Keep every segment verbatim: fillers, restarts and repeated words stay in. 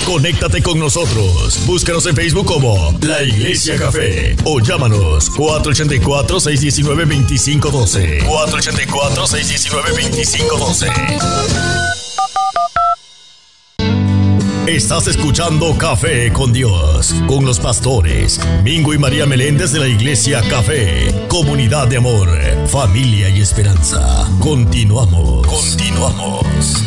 Conéctate con nosotros. Búscanos en Facebook como La Iglesia Café o llámanos cuatro ocho cuatro, seis uno nueve, dos cinco uno dos. cuatro ocho cuatro, seis uno nueve, dos cinco uno dos. Estás escuchando Café con Dios, con los pastores Mingo y María Meléndez de la Iglesia Café, comunidad de amor, familia y esperanza. Continuamos, continuamos.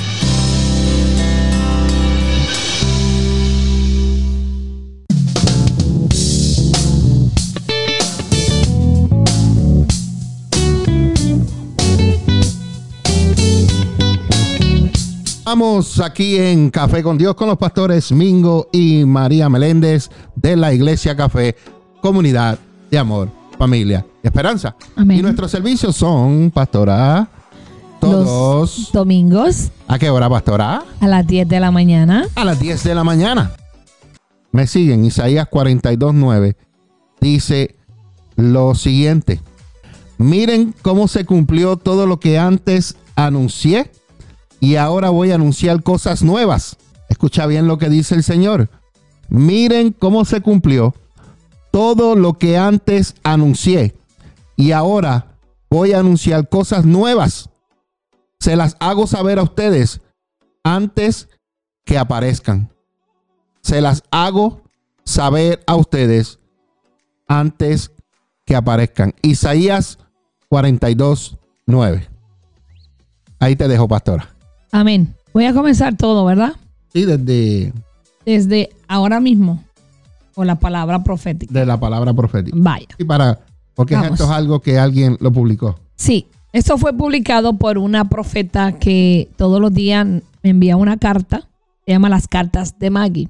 Estamos aquí en Café con Dios con los pastores Mingo y María Meléndez de la Iglesia Café, comunidad de amor, familia y esperanza. Amén. Y nuestros servicios son, pastora, todos los domingos. ¿A qué hora, pastora? A las diez de la mañana. A las diez de la mañana. Me siguen, Isaías cuarenta y dos, nueve. Dice lo siguiente: miren cómo se cumplió todo lo que antes anuncié. Y ahora voy a anunciar cosas nuevas. Escucha bien lo que dice el Señor. Miren cómo se cumplió todo lo que antes anuncié. Y ahora voy a anunciar cosas nuevas. Se las hago saber a ustedes antes que aparezcan. Se las hago saber a ustedes antes que aparezcan. Isaías cuarenta y dos, nueve. Ahí te dejo, pastora. Amén. Voy a comenzar todo, ¿verdad? Sí, desde... Desde ahora mismo. Con la palabra profética. De la palabra profética. Vaya. Y para... Porque Vamos. esto es algo que alguien lo publicó. Sí. Esto fue publicado por una profeta que todos los días me envía una carta. Se llama Las Cartas de Maggie.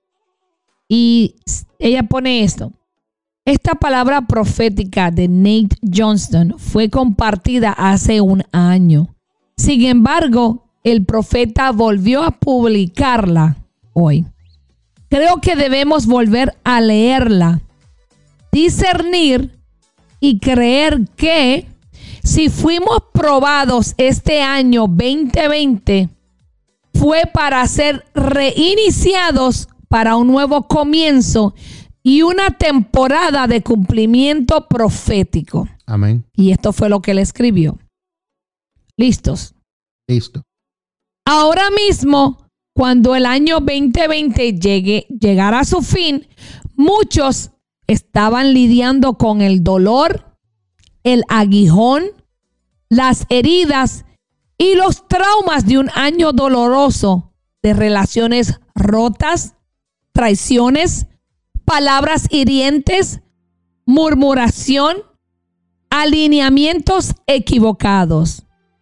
Y ella pone esto. Esta palabra profética de Nate Johnston fue compartida hace un año. Sin embargo, el profeta volvió a publicarla hoy. Creo que debemos volver a leerla, discernir y creer que si fuimos probados este año veinte veinte, fue para ser reiniciados para un nuevo comienzo y una temporada de cumplimiento profético. Amén. Y esto fue lo que él escribió. ¿Listos? Listo. Ahora mismo, cuando el año veinte veinte llegue, llegara a su fin, muchos estaban lidiando con el dolor, el aguijón, las heridas y los traumas de un año doloroso de relaciones rotas, traiciones, palabras hirientes, murmuración, alineamientos equivocados.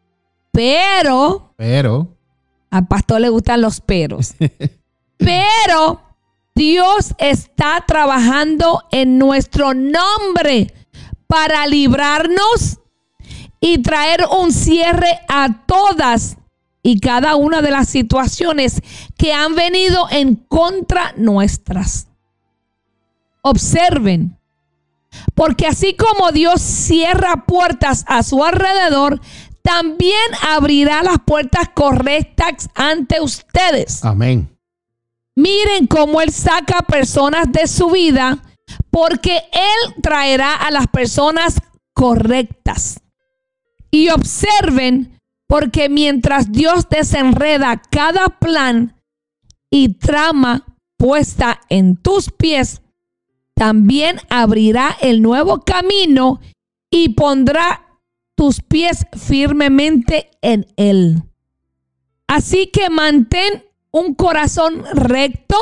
Pero... Pero... Al pastor le gustan los peros. Pero Dios está trabajando en nuestro nombre para librarnos y traer un cierre a todas y cada una de las situaciones que han venido en contra nuestras. Observen, porque así como Dios cierra puertas a su alrededor, también abrirá las puertas correctas ante ustedes. Amén. Miren cómo Él saca personas de su vida, porque Él traerá a las personas correctas. Y observen, porque mientras Dios desenreda cada plan y trama puesta en tus pies, también abrirá el nuevo camino y pondrá tus pies firmemente en Él. Así que mantén un corazón recto.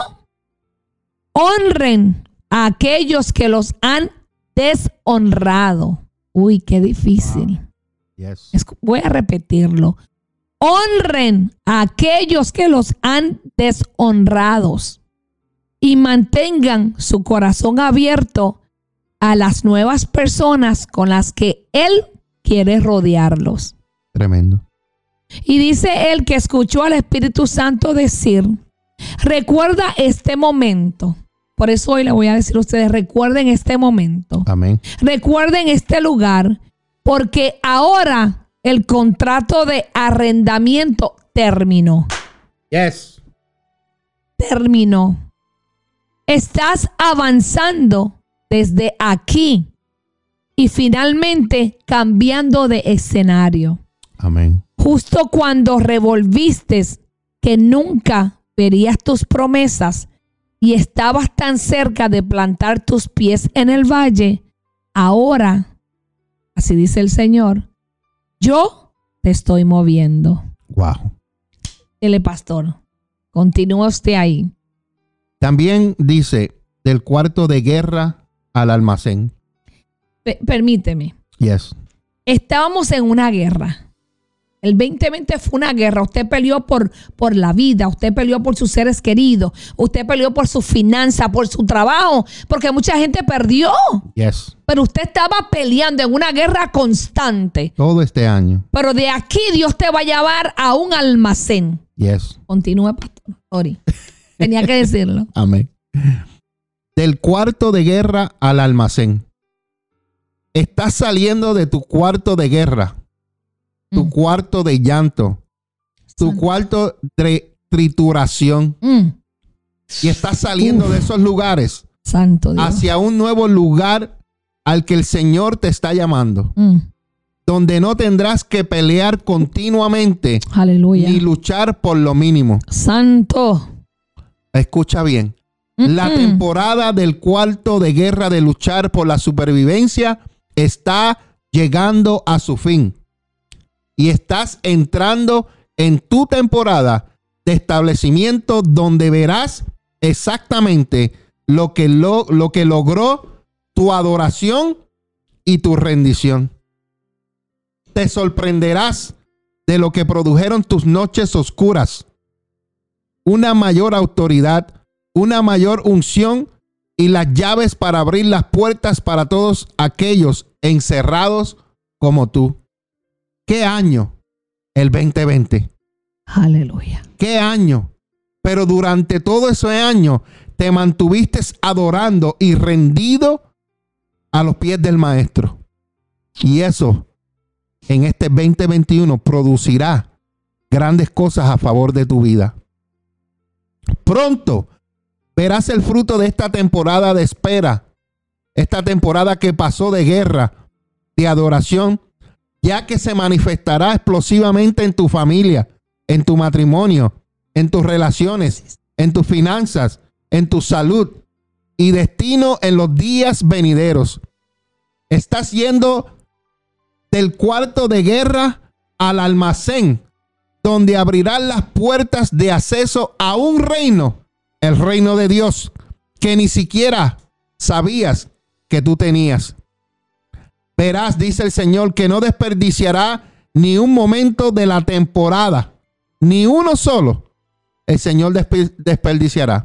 Honren a aquellos que los han deshonrado. Uy, qué difícil. Wow. Yes. Es, voy a repetirlo. Honren a aquellos que los han deshonrado y mantengan su corazón abierto a las nuevas personas con las que Él quiere rodearlos. Tremendo. Y dice él que escuchó al Espíritu Santo decir: recuerda este momento. Por eso hoy le voy a decir a ustedes: recuerden este momento. Amén. Recuerden este lugar, porque ahora el contrato de arrendamiento terminó. Yes. terminó. Estás avanzando desde aquí y finalmente cambiando de escenario. Amén. Justo cuando revolviste que nunca verías tus promesas y estabas tan cerca de plantar tus pies en el valle, ahora, así dice el Señor, yo te estoy moviendo. Wow. Dele, pastor, continúa usted ahí. También dice, del cuarto de guerra al almacén. P- permíteme. Yes. Estábamos en una guerra. El veinte veinte fue una guerra. Usted peleó por, por la vida. Usted peleó por sus seres queridos. Usted peleó por su finanza, por su trabajo. Porque mucha gente perdió. Yes. Pero usted estaba peleando en una guerra constante. Todo este año. Pero de aquí Dios te va a llevar a un almacén. Yes. Continúe, pastor. Sorry. Tenía que decirlo. Amén. Del cuarto de guerra al almacén. Estás saliendo de tu cuarto de guerra. Tu mm. cuarto de llanto, tu Santo. Cuarto de trituración. Mm. Y estás saliendo Uf. De esos lugares Santo Dios. Hacia un nuevo lugar al que el Señor te está llamando. Mm. Donde no tendrás que pelear continuamente. Aleluya. Ni luchar por lo mínimo. Santo. Escucha bien. Mm-mm. La temporada del cuarto de guerra de luchar por la supervivencia está llegando a su fin. Y estás entrando en tu temporada de establecimiento donde verás exactamente lo que, lo, lo que logró tu adoración y tu rendición. Te sorprenderás de lo que produjeron tus noches oscuras. Una mayor autoridad, una mayor unción y las llaves para abrir las puertas para todos aquellos encerrados como tú. ¿Qué año? El veinte veinte. Aleluya. ¿Qué año? Pero durante todo ese año te mantuviste adorando y rendido a los pies del Maestro. Y eso en este veinte veintiuno producirá grandes cosas a favor de tu vida. Pronto verás el fruto de esta temporada de espera, esta temporada que pasó de guerra, de adoración, ya que se manifestará explosivamente en tu familia, en tu matrimonio, en tus relaciones, en tus finanzas, en tu salud y destino en los días venideros. Estás yendo del cuarto de guerra al almacén, donde abrirán las puertas de acceso a un reino, el reino de Dios, que ni siquiera sabías que tú tenías. Verás, dice el Señor, que no desperdiciará ni un momento de la temporada, ni uno solo. El Señor despe- desperdiciará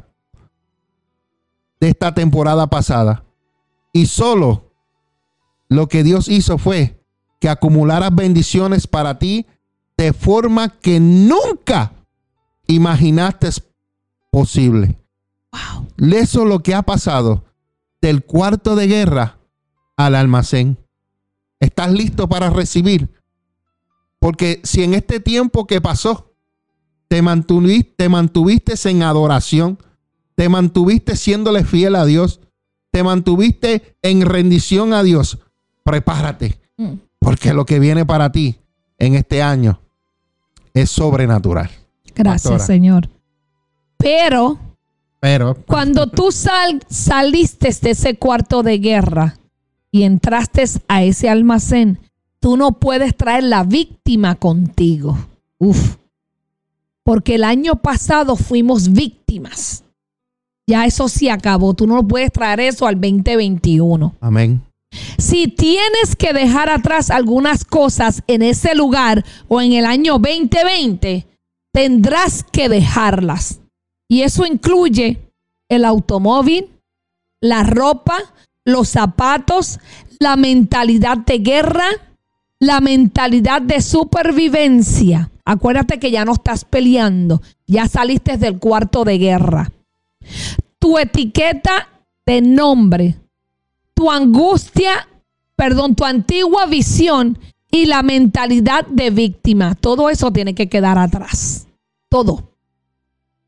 de esta temporada pasada. Y solo lo que Dios hizo fue que acumularas bendiciones para ti de forma que nunca imaginaste posible. Wow. Eso es lo que ha pasado del cuarto de guerra al almacén. ¿Estás listo para recibir? Porque si en este tiempo que pasó te mantuviste, te mantuviste en adoración, te mantuviste siéndole fiel a Dios, te mantuviste en rendición a Dios, prepárate, mm. porque lo que viene para ti en este año es sobrenatural. Gracias, Pastora. Señor. Pero, Pero cuando tú sal, saliste de ese cuarto de guerra y entraste a ese almacén, tú no puedes traer la víctima contigo. Uf. Porque el año pasado fuimos víctimas. Ya eso se acabó. Tú no puedes traer eso al veinte veintiuno. Amén. Si tienes que dejar atrás algunas cosas en ese lugar o en el año veinte veinte, tendrás que dejarlas. Y eso incluye el automóvil, la ropa, los zapatos, la mentalidad de guerra, la mentalidad de supervivencia. Acuérdate que ya no estás peleando, ya saliste del cuarto de guerra. Tu etiqueta de nombre, tu angustia, perdón, tu antigua visión y la mentalidad de víctima. Todo eso tiene que quedar atrás. Todo.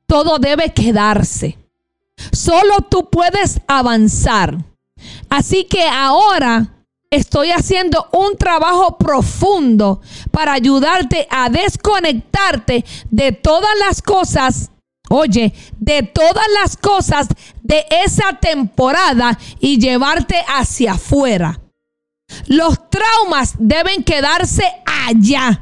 todo debe quedarse. Solo tú puedes avanzar. Así que ahora estoy haciendo un trabajo profundo para ayudarte a desconectarte de todas las cosas, oye, de todas las cosas de esa temporada y llevarte hacia afuera. Los traumas deben quedarse allá.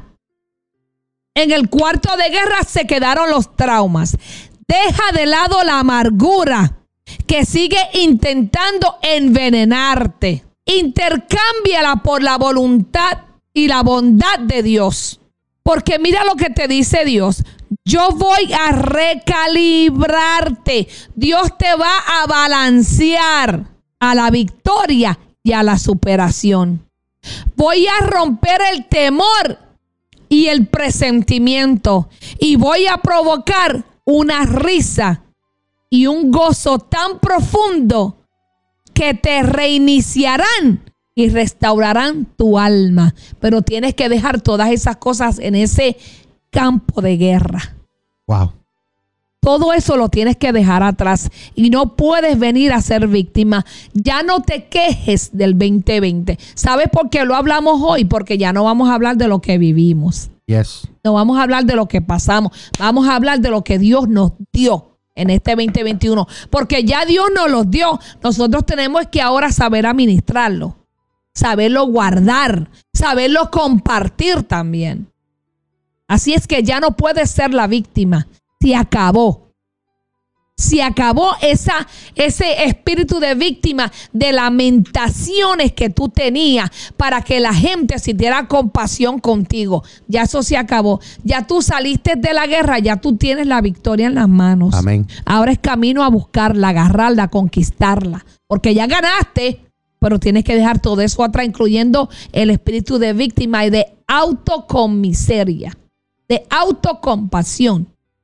En el cuarto de guerra se quedaron los traumas. Deja de lado la amargura que sigue intentando envenenarte. Intercámbiala por la voluntad y la bondad de Dios. Porque mira lo que te dice Dios. Yo voy a recalibrarte. Dios te va a balancear a la victoria y a la superación. Voy a romper el temor y el presentimiento. Y voy a provocar una risa y un gozo tan profundo que te reiniciarán y restaurarán tu alma. Pero tienes que dejar todas esas cosas en ese campo de guerra. Wow. Todo eso lo tienes que dejar atrás y no puedes venir a ser víctima. Ya no te quejes del veinte veinte. ¿Sabes por qué lo hablamos hoy? Porque ya no vamos a hablar de lo que vivimos. Yes. No vamos a hablar de lo que pasamos. Vamos a hablar de lo que Dios nos dio en este veinte veintiuno. Porque ya Dios nos los dio. Nosotros tenemos que ahora saber administrarlo, saberlo guardar, saberlo compartir también. Así es que ya no puedes ser la víctima. Se acabó. Se acabó esa, ese espíritu de víctima, de lamentaciones que tú tenías para que la gente sintiera compasión contigo. Ya eso se acabó. Ya tú saliste de la guerra, ya tú tienes la victoria en las manos. Amén. Ahora es camino a buscarla, agarrarla, conquistarla. Porque ya ganaste, pero tienes que dejar todo eso atrás, incluyendo el espíritu de víctima y de autocomiseria, de autocompasión.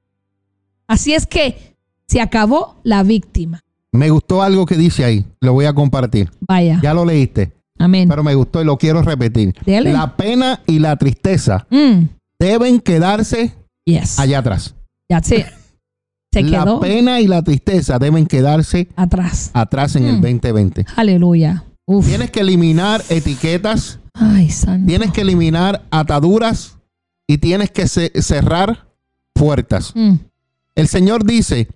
Así es que se acabó la víctima. Me gustó algo que dice ahí. Lo voy a compartir. Vaya. Ya lo leíste. Amén. Pero me gustó y lo quiero repetir. Dele. La pena y la tristeza Mm. deben quedarse Yes. allá atrás. Ya se, se La quedó pena y la tristeza deben quedarse atrás. atrás en Mm. el veinte veinte. Aleluya. Uf. Tienes que eliminar etiquetas, Ay, santo. tienes que eliminar ataduras y tienes que ce- cerrar puertas. Mm. El Señor dice,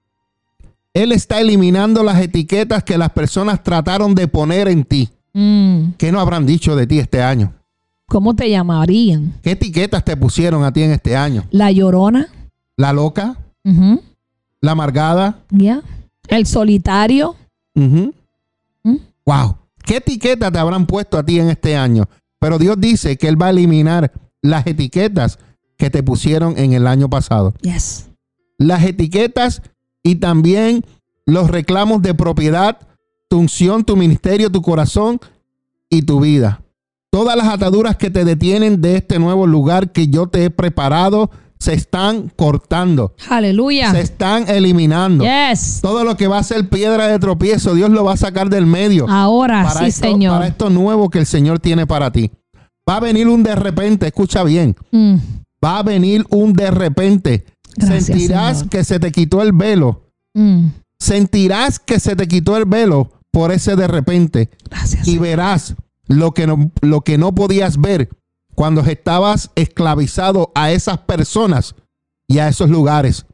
Él está eliminando las etiquetas que las personas trataron de poner en ti. Mm. ¿Qué no habrán dicho de ti este año? ¿Cómo te llamarían? ¿Qué etiquetas te pusieron a ti en este año? La llorona. ¿La loca? Ujú. ¿La amargada? Ya. El solitario. Ujú. ¿Mm? Wow. ¿Qué etiqueta te habrán puesto a ti en este año? Pero Dios dice que Él va a eliminar las etiquetas que te pusieron en el año pasado. Yes. Las etiquetas y también los reclamos de propiedad, tu unción, tu ministerio, tu corazón y tu vida. Todas las ataduras que te detienen de este nuevo lugar que yo te he preparado se están cortando, Aleluya. se están eliminando. Yes. Todo lo que va a ser piedra de tropiezo, Dios lo va a sacar del medio. Ahora para sí, esto, Señor. para esto nuevo que el Señor tiene para ti. Va a venir un de repente, escucha bien. Mm. Va a venir un de repente. Gracias, Sentirás Señor. que se te quitó el velo. Mm. Sentirás que se te quitó el velo por ese de repente. Gracias. Y Señor. verás lo que no, lo que no podías ver cuando estabas esclavizado a esas personas y a esos lugares.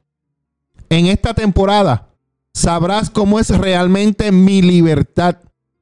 En esta temporada sabrás cómo es realmente mi libertad,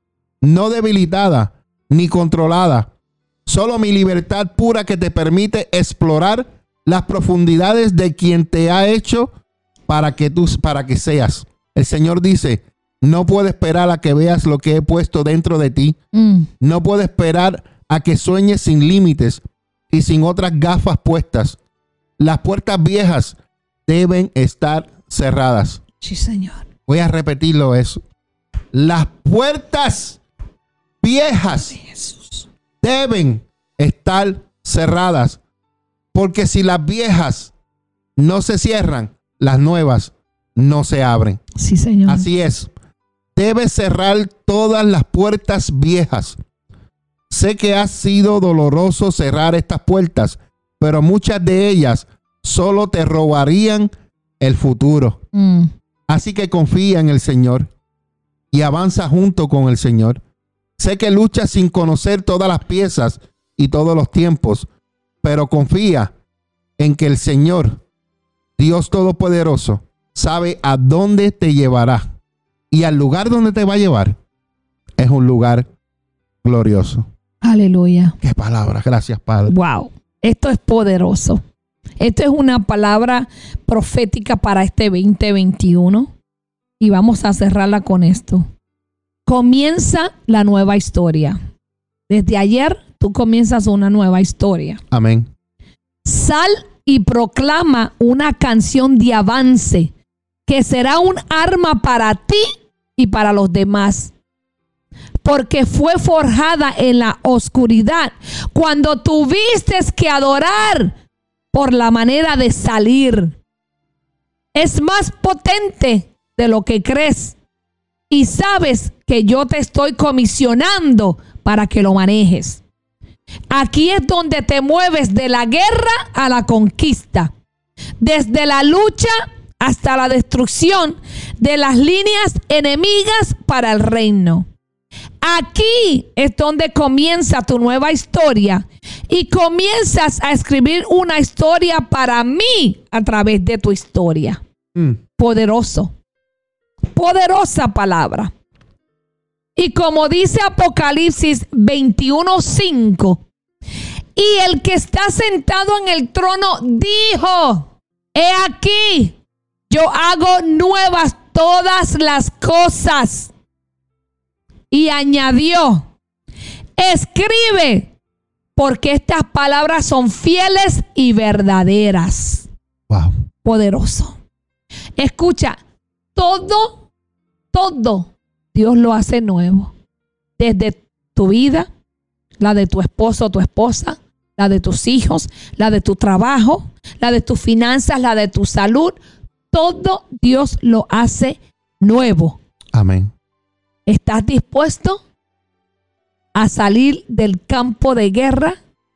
no debilitada ni controlada, solo mi libertad pura que te permite explorar las profundidades de quien te ha hecho para que tú, para que seas. El Señor dice, no puedo esperar a que veas lo que he puesto dentro de ti. Mm. No puedo esperar a que sueñes sin límites y sin otras gafas puestas. Las puertas viejas deben estar cerradas. Sí, Señor. Voy a repetirlo eso. Las puertas viejas Sí, Jesús. deben estar cerradas. Porque si las viejas no se cierran, las nuevas no se abren. Sí, Señor. Así es. Debes cerrar todas las puertas viejas. Sé que ha sido doloroso cerrar estas puertas, pero muchas de ellas solo te robarían el futuro. Mm. Así que confía en el Señor y avanza junto con el Señor. Sé que luchas sin conocer todas las piezas y todos los tiempos, pero confía en que el Señor, Dios Todopoderoso, sabe a dónde te llevará. Y al lugar donde te va a llevar es un lugar glorioso. Aleluya. Qué palabra. Gracias, Padre. Wow. Esto es poderoso. Esto es una palabra profética para este veinte veintiuno. Y vamos a cerrarla con esto. Comienza la nueva historia. Desde ayer tú comienzas una nueva historia. Amén. Sal y proclama una canción de avance que será un arma para ti y para los demás. Porque fue forjada en la oscuridad cuando tuviste que adorar por la manera de salir. Es más potente de lo que crees. Y sabes que yo te estoy comisionando para que lo manejes. Aquí es donde te mueves de la guerra a la conquista. Desde la lucha hasta la destrucción de las líneas enemigas para el reino. Aquí es donde comienza tu nueva historia y comienzas a escribir una historia para mí a través de tu historia. Mm. Poderoso. Poderosa palabra. Y como dice Apocalipsis veintiuno cinco, y el que está sentado en el trono dijo: he aquí, yo hago nuevas todas las cosas. Y añadió: escribe, porque estas palabras son fieles y verdaderas. Wow. Poderoso. Escucha, todo, todo Dios lo hace nuevo. Desde tu vida, la de tu esposo o tu esposa, la de tus hijos, la de tu trabajo, la de tus finanzas, la de tu salud. Todo Dios lo hace nuevo. Amén. ¿Estás dispuesto a salir del campo de guerra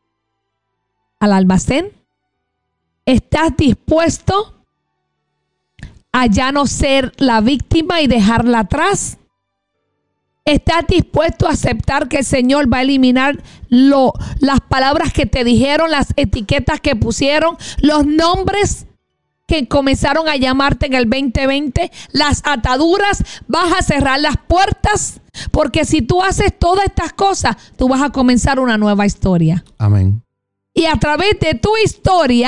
al almacén? ¿Estás dispuesto a ya no ser la víctima y dejarla atrás? ¿Estás dispuesto a aceptar que el Señor va a eliminar lo, las palabras que te dijeron, las etiquetas que pusieron, los nombres que comenzaron a llamarte en el veinte veinte, las ataduras? Vas a cerrar las puertas, porque si tú haces todas estas cosas, tú vas a comenzar una nueva historia. Amén. Y a través de tu historia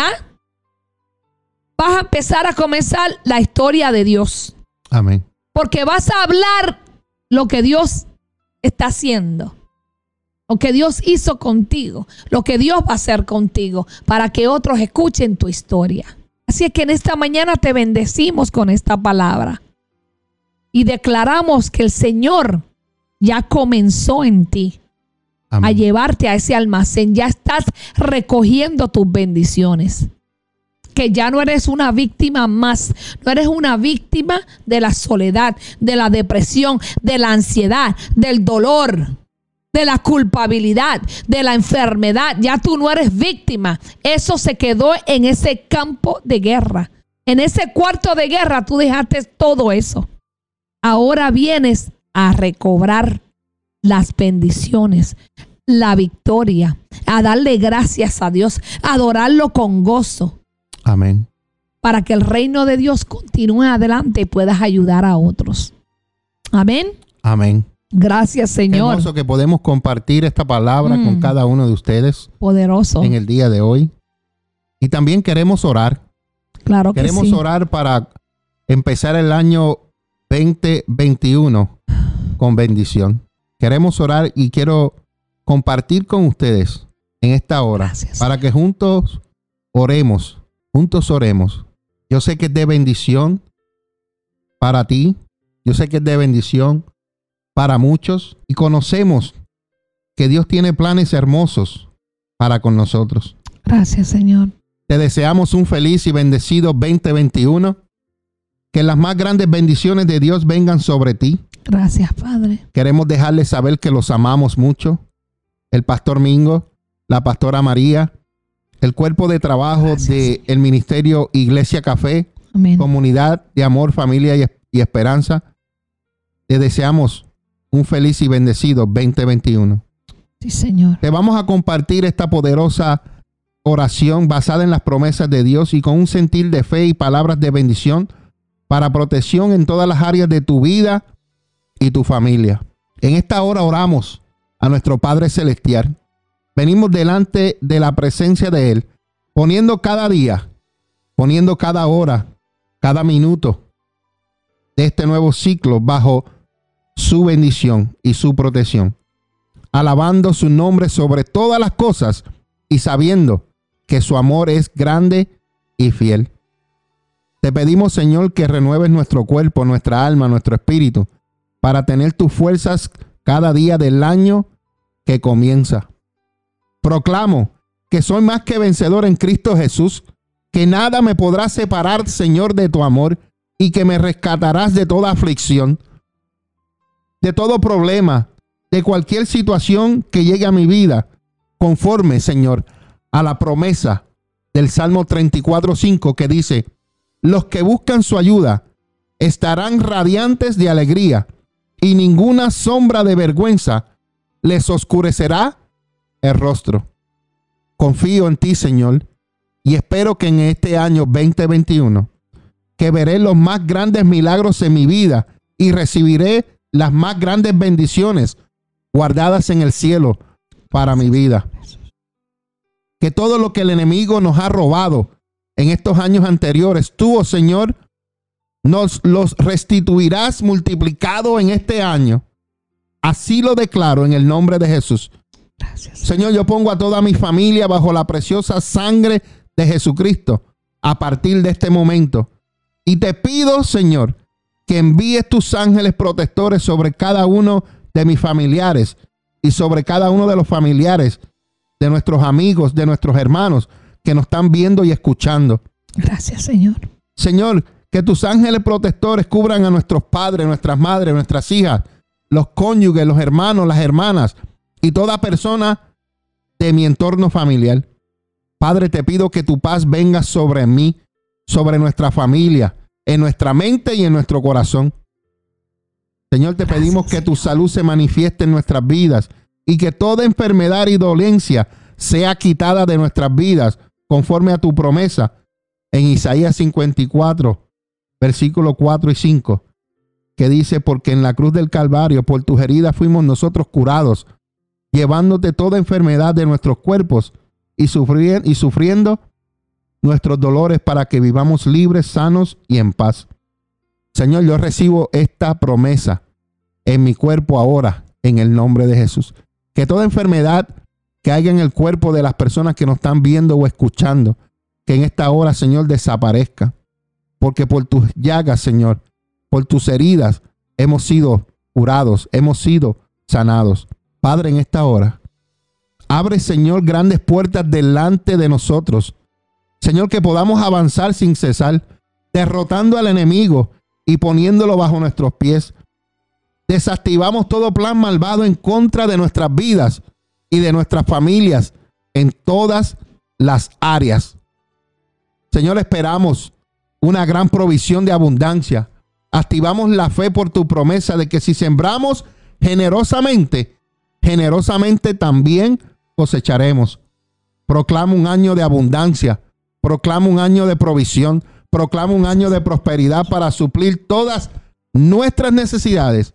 vas a empezar a comenzar la historia de Dios. Amén. Porque vas a hablar lo que Dios está haciendo, lo que Dios hizo contigo, lo que Dios va a hacer contigo, para que otros escuchen tu historia. Así es que en esta mañana te bendecimos con esta palabra y declaramos que el Señor ya comenzó en ti. Amén. A llevarte a ese almacén. Ya estás recogiendo tus bendiciones. Que ya no eres una víctima más. No eres una víctima de la soledad, de la depresión, de la ansiedad, del dolor, de la culpabilidad, de la enfermedad. Ya tú no eres víctima. Eso se quedó en ese campo de guerra. En ese cuarto de guerra tú dejaste todo eso. Ahora vienes a recobrar las bendiciones, la victoria, a darle gracias a Dios, a adorarlo con gozo. Amén. Para que el reino de Dios continúe adelante y puedas ayudar a otros. Amén. Amén. Gracias, Señor. Qué hermoso que podemos compartir esta palabra mm. con cada uno de ustedes. Poderoso. En el día de hoy. Y también queremos orar. Claro que queremos sí. orar para empezar el año veinte veintiuno con bendición. Queremos orar y quiero compartir con ustedes en esta hora. Gracias. Para que juntos oremos. Juntos oremos. Yo sé que es de bendición para ti. Yo sé que es de bendición para muchos. Y conocemos que Dios tiene planes hermosos para con nosotros. Gracias, Señor. Te deseamos un feliz y bendecido veinte veintiuno. Que las más grandes bendiciones de Dios vengan sobre ti. Gracias, Padre. Queremos dejarles saber que los amamos mucho. El pastor Mingo, la pastora María, el cuerpo de trabajo del Ministerio Iglesia Café, Amén. Comunidad de amor, familia y, y esperanza, te deseamos un feliz y bendecido veinte veintiuno. Sí, Señor. Te vamos a compartir esta poderosa oración basada en las promesas de Dios y con un sentir de fe y palabras de bendición para protección en todas las áreas de tu vida y tu familia. En esta hora oramos a nuestro Padre Celestial. Venimos delante de la presencia de Él, poniendo cada día, poniendo cada hora, cada minuto de este nuevo ciclo bajo su bendición y su protección, alabando su nombre sobre todas las cosas y sabiendo que su amor es grande y fiel. Te pedimos, Señor, que renueves nuestro cuerpo, nuestra alma, nuestro espíritu, para tener tus fuerzas cada día del año que comienza. Proclamo que soy más que vencedor en Cristo Jesús, que nada me podrá separar, Señor, de tu amor, y que me rescatarás de toda aflicción, de todo problema, de cualquier situación que llegue a mi vida, conforme, Señor, a la promesa del Salmo treinta y cuatro cinco, que dice: los que buscan su ayuda estarán radiantes de alegría, y ninguna sombra de vergüenza les oscurecerá el rostro. Confío en ti, Señor, y espero que en este año veinte veintiuno, que veré los más grandes milagros en mi vida y recibiré las más grandes bendiciones guardadas en el cielo para mi vida. Que todo lo que el enemigo nos ha robado en estos años anteriores, tú, oh Señor, nos los restituirás multiplicado en este año. Así lo declaro en el nombre de Jesús. Gracias. Señor, yo pongo a toda mi familia bajo la preciosa sangre de Jesucristo a partir de este momento. Y te pido, Señor, que envíes tus ángeles protectores sobre cada uno de mis familiares y sobre cada uno de los familiares de nuestros amigos, de nuestros hermanos que nos están viendo y escuchando. Gracias, Señor. Señor, que tus ángeles protectores cubran a nuestros padres, nuestras madres, nuestras hijas, los cónyuges, los hermanos, las hermanas y toda persona de mi entorno familiar. Padre, te pido que tu paz venga sobre mí, sobre nuestra familia, en nuestra mente y en nuestro corazón. Señor, te Gracias, pedimos que Señor. Tu salud se manifieste en nuestras vidas y que toda enfermedad y dolencia sea quitada de nuestras vidas conforme a tu promesa en Isaías cincuenta y cuatro, versículos cuatro y cinco, que dice: porque en la cruz del Calvario por tus heridas fuimos nosotros curados, llevándote toda enfermedad de nuestros cuerpos y, sufri y sufriendo nuestros dolores para que vivamos libres, sanos y en paz. Señor, yo recibo esta promesa en mi cuerpo ahora, en el nombre de Jesús. Que toda enfermedad que haya en el cuerpo de las personas que nos están viendo o escuchando, que en esta hora, Señor, desaparezca. Porque por tus llagas, Señor, por tus heridas, hemos sido curados, hemos sido sanados. Padre, en esta hora, abre, Señor, grandes puertas delante de nosotros. Señor, que podamos avanzar sin cesar, derrotando al enemigo y poniéndolo bajo nuestros pies. Desactivamos todo plan malvado en contra de nuestras vidas y de nuestras familias en todas las áreas. Señor, esperamos una gran provisión de abundancia. Activamos la fe por tu promesa de que si sembramos generosamente, generosamente también cosecharemos. Proclamo un año de abundancia. Proclamo un año de provisión. Proclamo un año de prosperidad para suplir todas nuestras necesidades.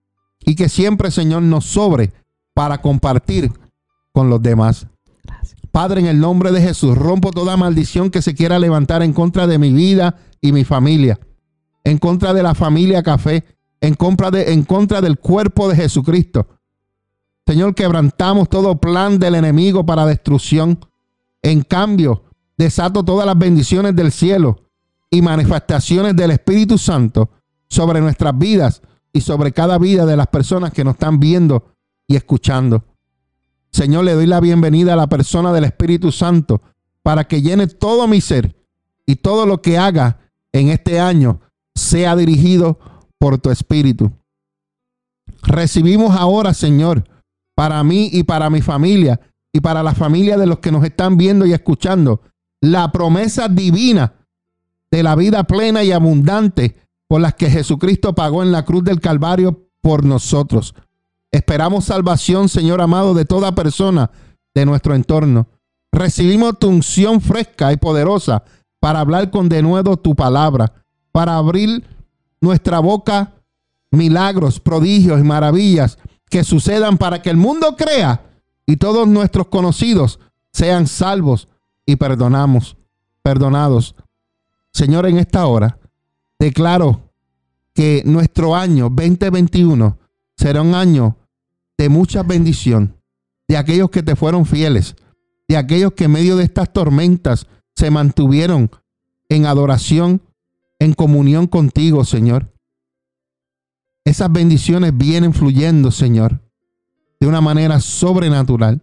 Y que siempre, Señor, nos sobre para compartir con los demás. Gracias. Padre, en el nombre de Jesús, rompo toda maldición que se quiera levantar en contra de mi vida y mi familia. En contra de la familia Café. En contra, de, en contra del cuerpo de Jesucristo. Señor, quebrantamos todo plan del enemigo para destrucción. En cambio, desato todas las bendiciones del cielo y manifestaciones del Espíritu Santo sobre nuestras vidas y sobre cada vida de las personas que nos están viendo y escuchando. Señor, le doy la bienvenida a la persona del Espíritu Santo para que llene todo mi ser y todo lo que haga en este año sea dirigido por tu Espíritu. Recibimos ahora, Señor, para mí y para mi familia y para la familia de los que nos están viendo y escuchando, la promesa divina de la vida plena y abundante por las que Jesucristo pagó en la cruz del Calvario por nosotros. Esperamos salvación, Señor amado, de toda persona de nuestro entorno. Recibimos tu unción fresca y poderosa para hablar con denuedo tu palabra, para abrir nuestra boca milagros, prodigios y maravillas que sucedan para que el mundo crea y todos nuestros conocidos sean salvos y perdonamos, perdonados. Señor, en esta hora declaro que nuestro año veinte veintiuno será un año de mucha bendición, de aquellos que te fueron fieles, de aquellos que en medio de estas tormentas se mantuvieron en adoración, en comunión contigo, Señor. Esas bendiciones vienen fluyendo, Señor, de una manera sobrenatural.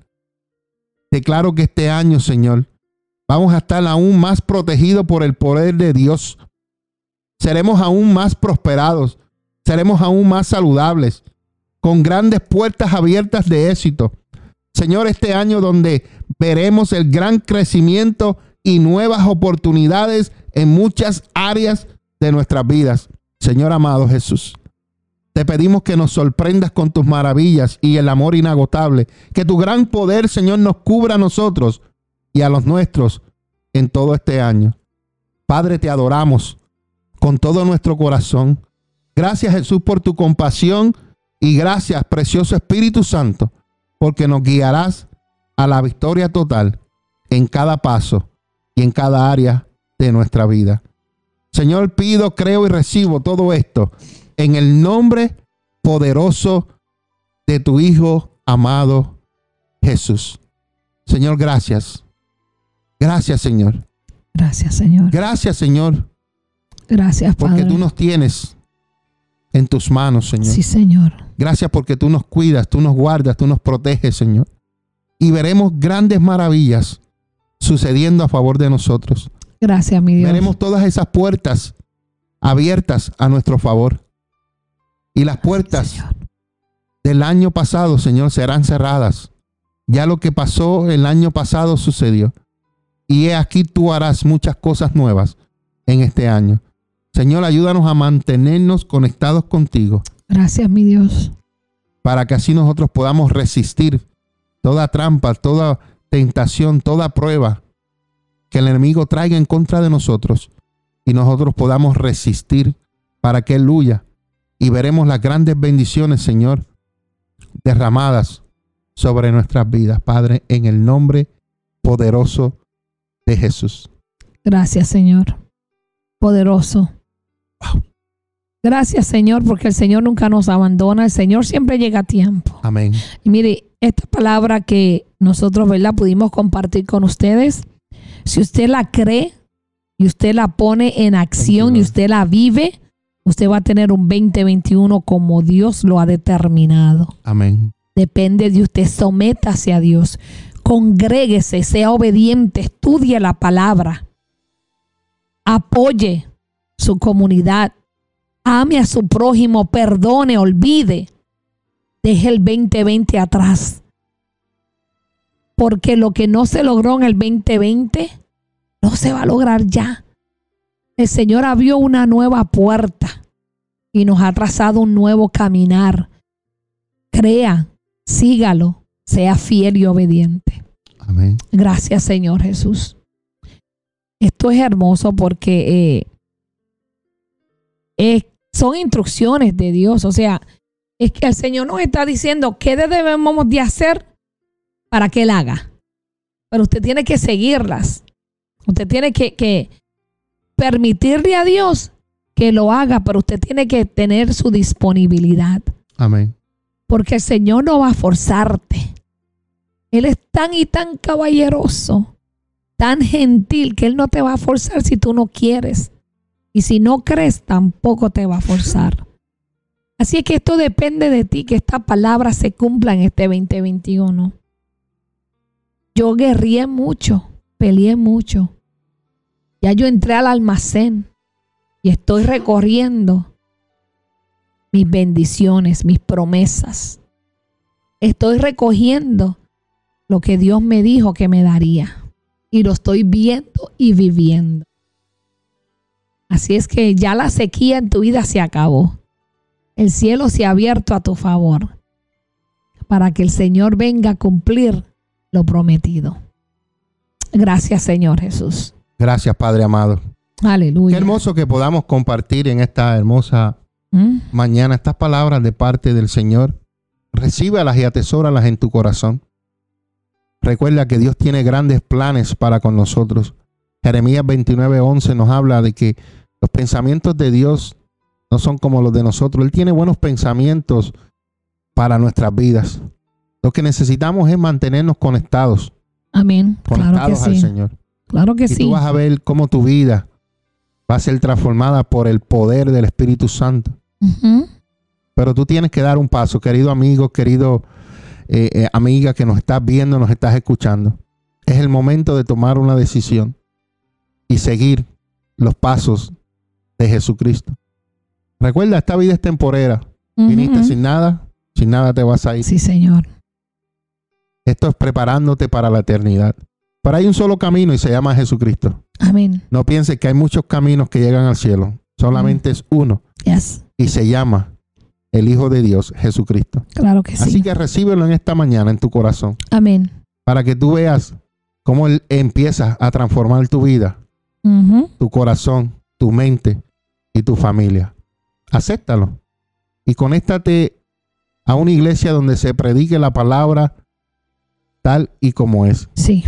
Declaro que este año, Señor, vamos a estar aún más protegidos por el poder de Dios. Seremos aún más prosperados, seremos aún más saludables, con grandes puertas abiertas de éxito. Señor, este año donde veremos el gran crecimiento y nuevas oportunidades en muchas áreas de nuestras vidas. Señor amado Jesús, te pedimos que nos sorprendas con tus maravillas y el amor inagotable. Que tu gran poder, Señor, nos cubra a nosotros y a los nuestros en todo este año. Padre, te adoramos con todo nuestro corazón. Gracias, Jesús, por tu compasión y gracias, precioso Espíritu Santo, porque nos guiarás a la victoria total en cada paso y en cada área de nuestra vida. Señor, pido, creo y recibo todo esto en el nombre poderoso de tu Hijo amado Jesús. Señor, gracias. Gracias, Señor. Gracias, Señor. Gracias, Señor. Gracias, Padre. Porque tú nos tienes en tus manos, Señor. Sí, Señor. Gracias porque tú nos cuidas, tú nos guardas, tú nos proteges, Señor. Y veremos grandes maravillas sucediendo a favor de nosotros. Gracias, mi Dios. Veremos todas esas puertas abiertas a nuestro favor. Y las puertas Señor. del año pasado, Señor, serán cerradas. Ya lo que pasó el año pasado sucedió. Y he aquí tú harás muchas cosas nuevas en este año. Señor, ayúdanos a mantenernos conectados contigo. Gracias, mi Dios. Para que así nosotros podamos resistir toda trampa, toda tentación, toda prueba que el enemigo traiga en contra de nosotros. Y nosotros podamos resistir para que él huya. Y veremos las grandes bendiciones, Señor, derramadas sobre nuestras vidas, Padre, en el nombre poderoso de Jesús. Gracias, Señor. Poderoso. Wow. Gracias, Señor, porque el Señor nunca nos abandona. El Señor siempre llega a tiempo. Amén. Y mire, esta palabra que nosotros, ¿verdad?, pudimos compartir con ustedes, si usted la cree y usted la pone en acción y usted la vive, usted va a tener un veinte veintiuno como Dios lo ha determinado. Amén. Depende de usted, sométase a Dios, congréguese, sea obediente, estudie la palabra, apoye su comunidad, ame a su prójimo, perdone, olvide, deje el veinte veinte atrás. Porque lo que no se logró en el veinte veinte, no se va a lograr ya. El Señor abrió una nueva puerta y nos ha trazado un nuevo caminar. Crea, sígalo, sea fiel y obediente. Amén. Gracias, Señor Jesús. Esto es hermoso porque eh, eh, son instrucciones de Dios. O sea, es que el Señor nos está diciendo qué debemos de hacer para que Él haga. Pero usted tiene que seguirlas. Usted tiene que, que permitirle a Dios que lo haga, pero usted tiene que tener su disponibilidad. Amén. Porque el Señor no va a forzarte. Él es tan y tan caballeroso, tan gentil, que Él no te va a forzar si tú no quieres. Y si no crees, tampoco te va a forzar. Así es que esto depende de ti, que esta palabra se cumpla en este veinte veintiuno. Yo guerrié mucho, peleé mucho. Ya yo entré al almacén y estoy recorriendo mis bendiciones, mis promesas. Estoy recogiendo lo que Dios me dijo que me daría. Y lo estoy viendo y viviendo. Así es que ya la sequía en tu vida se acabó. El cielo se ha abierto a tu favor para que el Señor venga a cumplir lo prometido. Gracias, Señor Jesús. Gracias, Padre amado. Aleluya. Qué hermoso que podamos compartir en esta hermosa ¿Mm? mañana estas palabras de parte del Señor. Recíbelas y atesóralas en tu corazón. Recuerda que Dios tiene grandes planes para con nosotros. Jeremías veintinueve once nos habla de que los pensamientos de Dios no son como los de nosotros. Él tiene buenos pensamientos para nuestras vidas. Lo que necesitamos es mantenernos conectados. Amén. Conectados claro que al sí. Señor. Claro que y sí. tú vas a ver cómo tu vida va a ser transformada por el poder del Espíritu Santo. Uh-huh. Pero tú tienes que dar un paso, querido amigo, querido eh, eh, amiga que nos estás viendo, nos estás escuchando. Es el momento de tomar una decisión y seguir los pasos de Jesucristo. Recuerda, esta vida es temporera. Uh-huh. Viniste sin nada, sin nada te vas a ir. Sí, Señor. Esto es preparándote para la eternidad. Pero hay un solo camino y se llama Jesucristo. Amén. No pienses que hay muchos caminos que llegan al cielo. Solamente mm. es uno. Yes. Y se llama el Hijo de Dios, Jesucristo. Claro que sí. Así que recíbelo en esta mañana en tu corazón. Amén. Para que tú veas cómo Él empieza a transformar tu vida, uh-huh. tu corazón, tu mente y tu familia. Acéptalo. Y conéctate a una iglesia donde se predique la palabra tal y como es. Sí.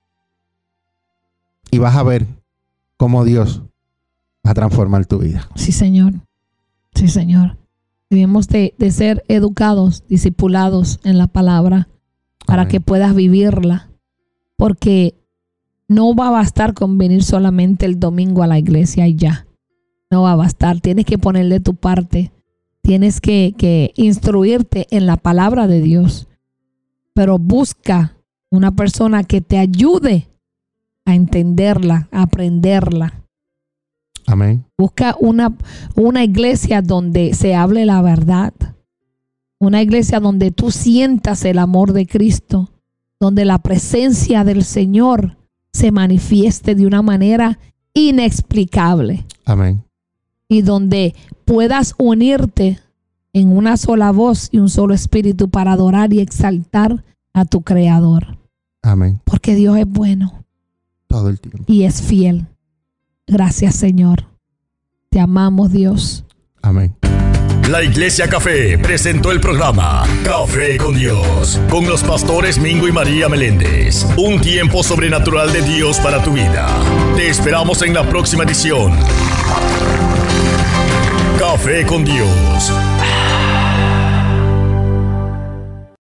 Y vas a ver cómo Dios va a transformar tu vida. Sí, Señor. Sí, Señor. Debemos de, de ser educados, discipulados en la palabra para Amén. Que puedas vivirla. Porque no va a bastar con venir solamente el domingo a la iglesia y ya. No va a bastar. Tienes que ponerle tu parte. Tienes que, que instruirte en la palabra de Dios. Pero busca una persona que te ayude a entenderla, a aprenderla. Amén. Busca una, una iglesia donde se hable la verdad. Una iglesia donde tú sientas el amor de Cristo. Donde la presencia del Señor se manifieste de una manera inexplicable. Amén. Y donde puedas unirte en una sola voz y un solo espíritu para adorar y exaltar a tu Creador. Amén. Porque Dios es bueno. Todo el tiempo. Y es fiel. Gracias, Señor. Te amamos, Dios. Amén. La Iglesia Café presentó el programa Café con Dios, con los pastores Mingo y María Meléndez. Un tiempo sobrenatural de Dios para tu vida. Te esperamos en la próxima edición. Café con Dios.